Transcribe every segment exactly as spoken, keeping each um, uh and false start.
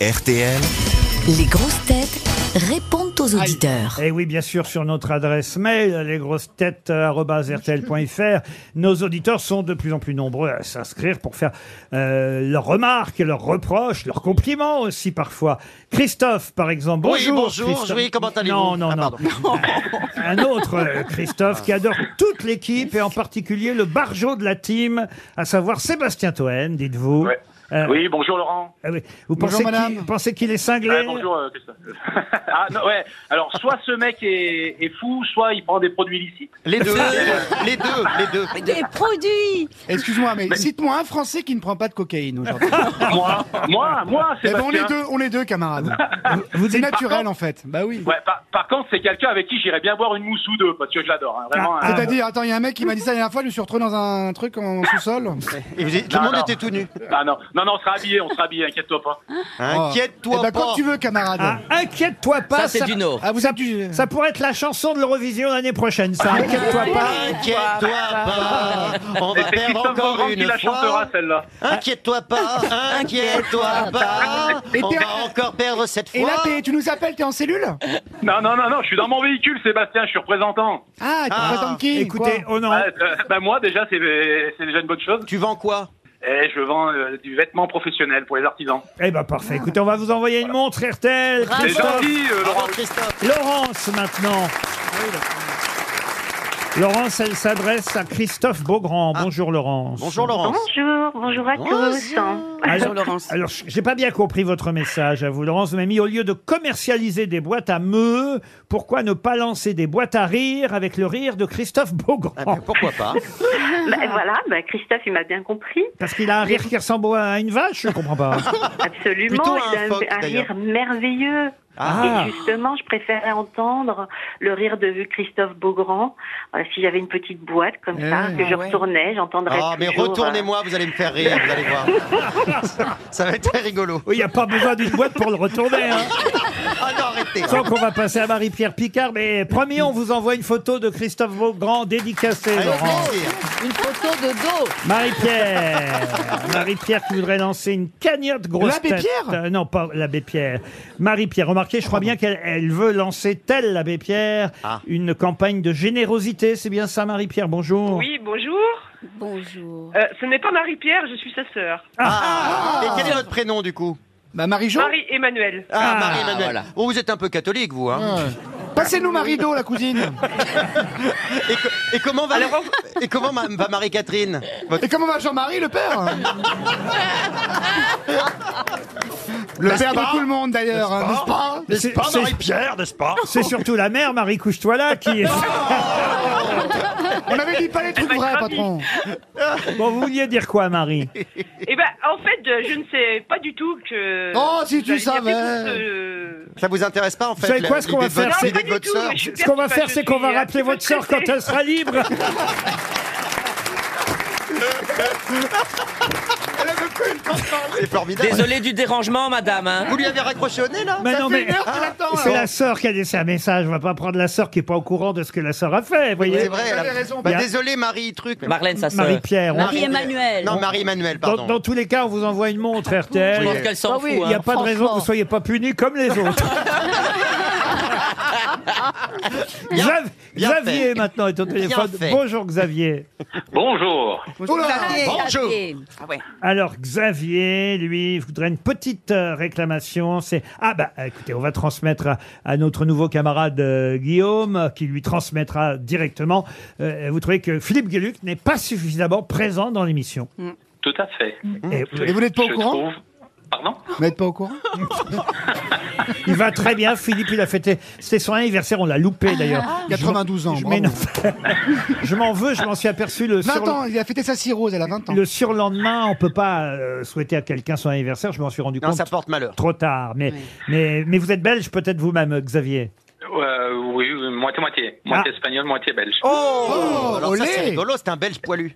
R T L. Les grosses têtes répondent aux auditeurs. Et oui, bien sûr, sur notre adresse mail, lesgrossetêtes arobase r t l point f r, nos auditeurs sont de plus en plus nombreux à s'inscrire pour faire euh, leurs remarques, leurs reproches, leurs compliments aussi parfois. Christophe, par exemple. Bonjour. Oui, bonjour. Christophe. Oui, comment allez-vous? Non, non, Ah, non. Un autre euh, Christophe qui adore toute l'équipe et en particulier le barjot de la team, à savoir Sébastien Toen, dites-vous. Ouais. Euh, Oui, bonjour Laurent. ah oui. Vous Bonjour, pensez madame. qu'il, vous pensez qu'il est cinglé? Ah, bonjour euh, Christophe. Ah non, ouais. Alors, soit ce mec est, est fou, soit il prend des produits illicites. Les deux, les deux, les deux. Des produits. Excuse-moi, mais cite-moi un Français qui ne prend pas de cocaïne aujourd'hui. Moi, moi, moi, Eh ben, Sébastien. on est deux, on est deux, camarades. Vous C'est dites- naturel en fait. Bah oui. Ouais, par, par contre, c'est quelqu'un avec qui j'irais bien boire une mousse ou deux, parce que je l'adore. Hein, vraiment. Ah, hein. C'est-à-dire, attends, il y a un mec qui m'a dit ça la dernière fois, je me suis retrouvé dans un truc en sous-sol. Et vous êtes- tout le Non, monde non. était tout nu. Ah non, non, non, on sera habillés, on sera habillés, inquiète-toi pas. Inquiète-toi Eh ben, pas. quand tu veux, camarade. Ah, inquiète-toi pas. Ça, c'est du Nord. Ah, vous êtes du... Ça pourrait être la chanson de l'Eurovision l'année prochaine, ça. Inquiète-toi pas. Inquiète-toi pas. On Et va c'est perdre Christophe encore Beaugrand qui une la chantera, fois. celle-là. Inquiète-toi pas. Inquiète-toi pas. Et On t'es- va encore perdre cette Et là, fois. t'es- tu nous appelles, t'es en cellule? Non, non, non, non, je suis dans mon véhicule, Sébastien, je suis représentant. Ah, tu Ah. représentes qui? Écoutez, Quoi oh non. Ouais, euh, bah, moi, déjà, c'est c'est déjà une bonne chose. Tu vends quoi? Et je vends euh, du vêtement professionnel pour les artisans. Eh ben parfait. Écoutez, on va vous envoyer une montre R T L. C'est Christophe. gentil, euh, Bravo, Laurent. Christophe. Laurence maintenant. Laurence, elle s'adresse à Christophe Beaugrand. Bonjour Laurence. Bonjour Laurence. Bonjour, bonjour à tous. Alors, Laurence. alors, j'ai pas bien compris votre message à vous, Laurence. Vous m'avez mis au lieu de commercialiser des boîtes à meux, pourquoi ne pas lancer des boîtes à rire avec le rire de Christophe Beaugrand? Ah, mais pourquoi pas? Bah, voilà, bah, Christophe, il m'a bien compris. Parce qu'il a un rire qui ressemble à une vache, je comprends pas. Absolument, Plutôt il un a un, phoque, un d'ailleurs. rire merveilleux. Ah. Et justement, je préférais entendre le rire de Christophe Beaugrand. Euh, si j'avais une petite boîte comme ça, Eh, que je ah ouais. retournais, j'entendrais Ah, mais toujours, retournez-moi, vous allez me faire rire, vous allez voir. Ça va être très rigolo. Oui, il n'y a pas besoin d'une boîte pour le retourner. Hein. Ah non, arrêtez. Sans qu'on va passer à Marie-Pierre Picard, mais promis, on vous envoie une photo de Christophe Beaugrand dédicacée, Avec Laurent. plaisir. Une photo de dos. Marie-Pierre Marie-Pierre qui voudrait lancer une cagnotte grosse L'abbé tête. Pierre Euh, Non, pas l'abbé Pierre. Marie-Pierre, remarquez, je crois bien qu'elle elle veut lancer, telle l'abbé Pierre, Ah. une campagne de générosité. C'est bien ça, Marie-Pierre? Bonjour. Oui, bonjour. Bonjour. Euh, ce n'est pas Marie-Pierre, je suis sa sœur. Ah. Et quel est votre prénom du coup? Bah, Marie-Jo. Marie-Emmanuel. Ah, Ah, Marie-Emmanuel. voilà. Oh, vous êtes un peu catholique, vous, hein? Ouais. Passez-nous Marie-Do, la cousine. Et, co- et comment va, et comment ma- va Marie-Catherine? Votre- Et comment va Jean-Marie, le père? Le père de tout le monde, d'ailleurs, hein, n'est-ce pas? C'est- c'est- Marie-Pierre, n'est-ce pas? C'est surtout la mère, Marie, couche-toi là, qui est... On avait dit pas les trucs Elle va vrais, être patron. Bon, vous vouliez dire quoi, Marie? Eh ben, en fait, euh, je ne sais pas du tout que... Oh, si vous tu allez dire savais. quelque chose, euh, Ça vous intéresse pas, en fait? Vous savez quoi, la- ce qu'on va l'idée de votre- faire, c'est- l'idée de Non, pas votre du tout, sœur? mais je suis Ce qu'on va perturbée, faire, je c'est qu'on va suis un rappeler petit peu votre sœur quand stressée. elle sera libre. C'est formidable. Désolé du dérangement, madame. Hein. Vous lui avez raccroché au nez, là? Mais non, mais c'est là. la sœur qui a laissé un message. On va pas prendre la sœur qui est pas au courant de ce que la sœur a fait, vous voyez. C'est vrai. Vous elle a- avez raison. Bah, Bien. désolé, Marie, truc. Marlène, sa sœur. Marie-Pierre. on- Marie-Emmanuel. Non, Marie-Emmanuel, Dans, pardon. dans tous les cas, on vous envoie une montre R T L. Je pense qu'elle s'en fout. Il n'y a hein. pas de raison que vous soyez pas punis comme les autres. Bien- Xav- bien Xavier fait. maintenant est au téléphone. fait. Bonjour Xavier. Bonjour. Oh là. Bonjour. Ah ouais. Alors Xavier, lui, voudrait une petite euh, réclamation. C'est ah bah écoutez, on va transmettre à, à notre nouveau camarade euh, Guillaume, euh, qui lui transmettra directement. Euh, vous trouvez que Philippe Gueluc n'est pas suffisamment présent dans l'émission. Tout à fait. Et- Et vous n'êtes pas au Je courant? trouve... Pardon? Vous n'êtes pas au courant? Il va très bien, Philippe. Il a fêté, c'était son anniversaire. On l'a loupé d'ailleurs. quatre-vingt-douze ans, Je, mais bravo. non. Je m'en veux. Je m'en suis aperçu le Non, sur- attends, il a fêté sa cirrhose, elle a vingt ans. le surlendemain. On peut pas euh, souhaiter à quelqu'un son anniversaire. Je m'en suis rendu Non, compte ça porte malheur. trop tard. Mais, mais, mais vous êtes belge peut-être vous-même, Xavier. Euh, oui, oui, moitié-moitié. Moitié espagnol, moitié belge. Oh, alors ça, olé. c'est rigolo, c'est un belge poilu.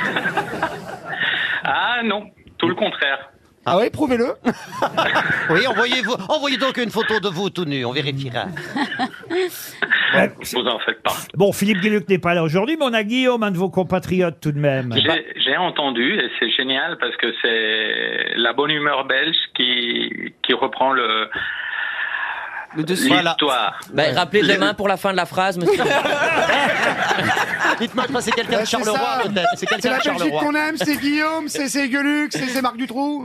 Ah non, tout le contraire. Ah oui, prouvez-le. Oui, envoyez-vous, envoyez donc une photo de vous tout nu, on vérifiera. Ouais, Vous en faites pas. bon, Philippe Gueluc n'est pas là aujourd'hui, mais on a Guillaume, un de vos compatriotes tout de même. J'ai j'ai entendu, et c'est génial parce que c'est la bonne humeur belge qui, qui reprend prend le Le dessus. Voilà. l'histoire. Bah, rappelez demain pour la fin de la phrase, monsieur. Dites-moi, je crois que c'est quelqu'un Ouais, de c'est Charleroi, ça. peut-être. C'est C'est quelqu'un la de Belgique Charleroi. qu'on aime, c'est Guillaume, c'est c'est Gueluc, c'est c'est Marc Dutroux.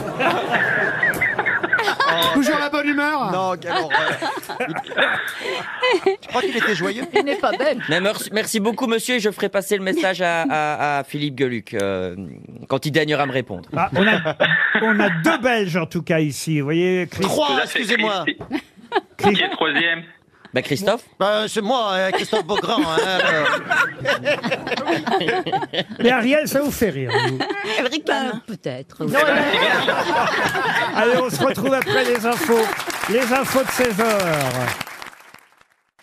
Toujours la bonne humeur. Non, quelle horreur. Tu crois qu'il était joyeux? Il n'est pas bête. Mais merci, merci beaucoup, monsieur, et je ferai passer le message à, à- à Philippe Gueluc euh, quand il daignera me répondre. Ah, on, a, on a deux Belges en tout cas ici. Vous voyez, Christ- Trois, Tout à fait, excusez-moi. Christ- Qui est troisième? Bah, Christophe? Bah, c'est moi, euh, Christophe Beaugrand. Hein, euh. Mais Ariel, ça vous fait rire, vous. Elle ricane. Peut-être. Eh ben, c'est bien. Allez, on se retrouve après les infos. Les infos de seize heures.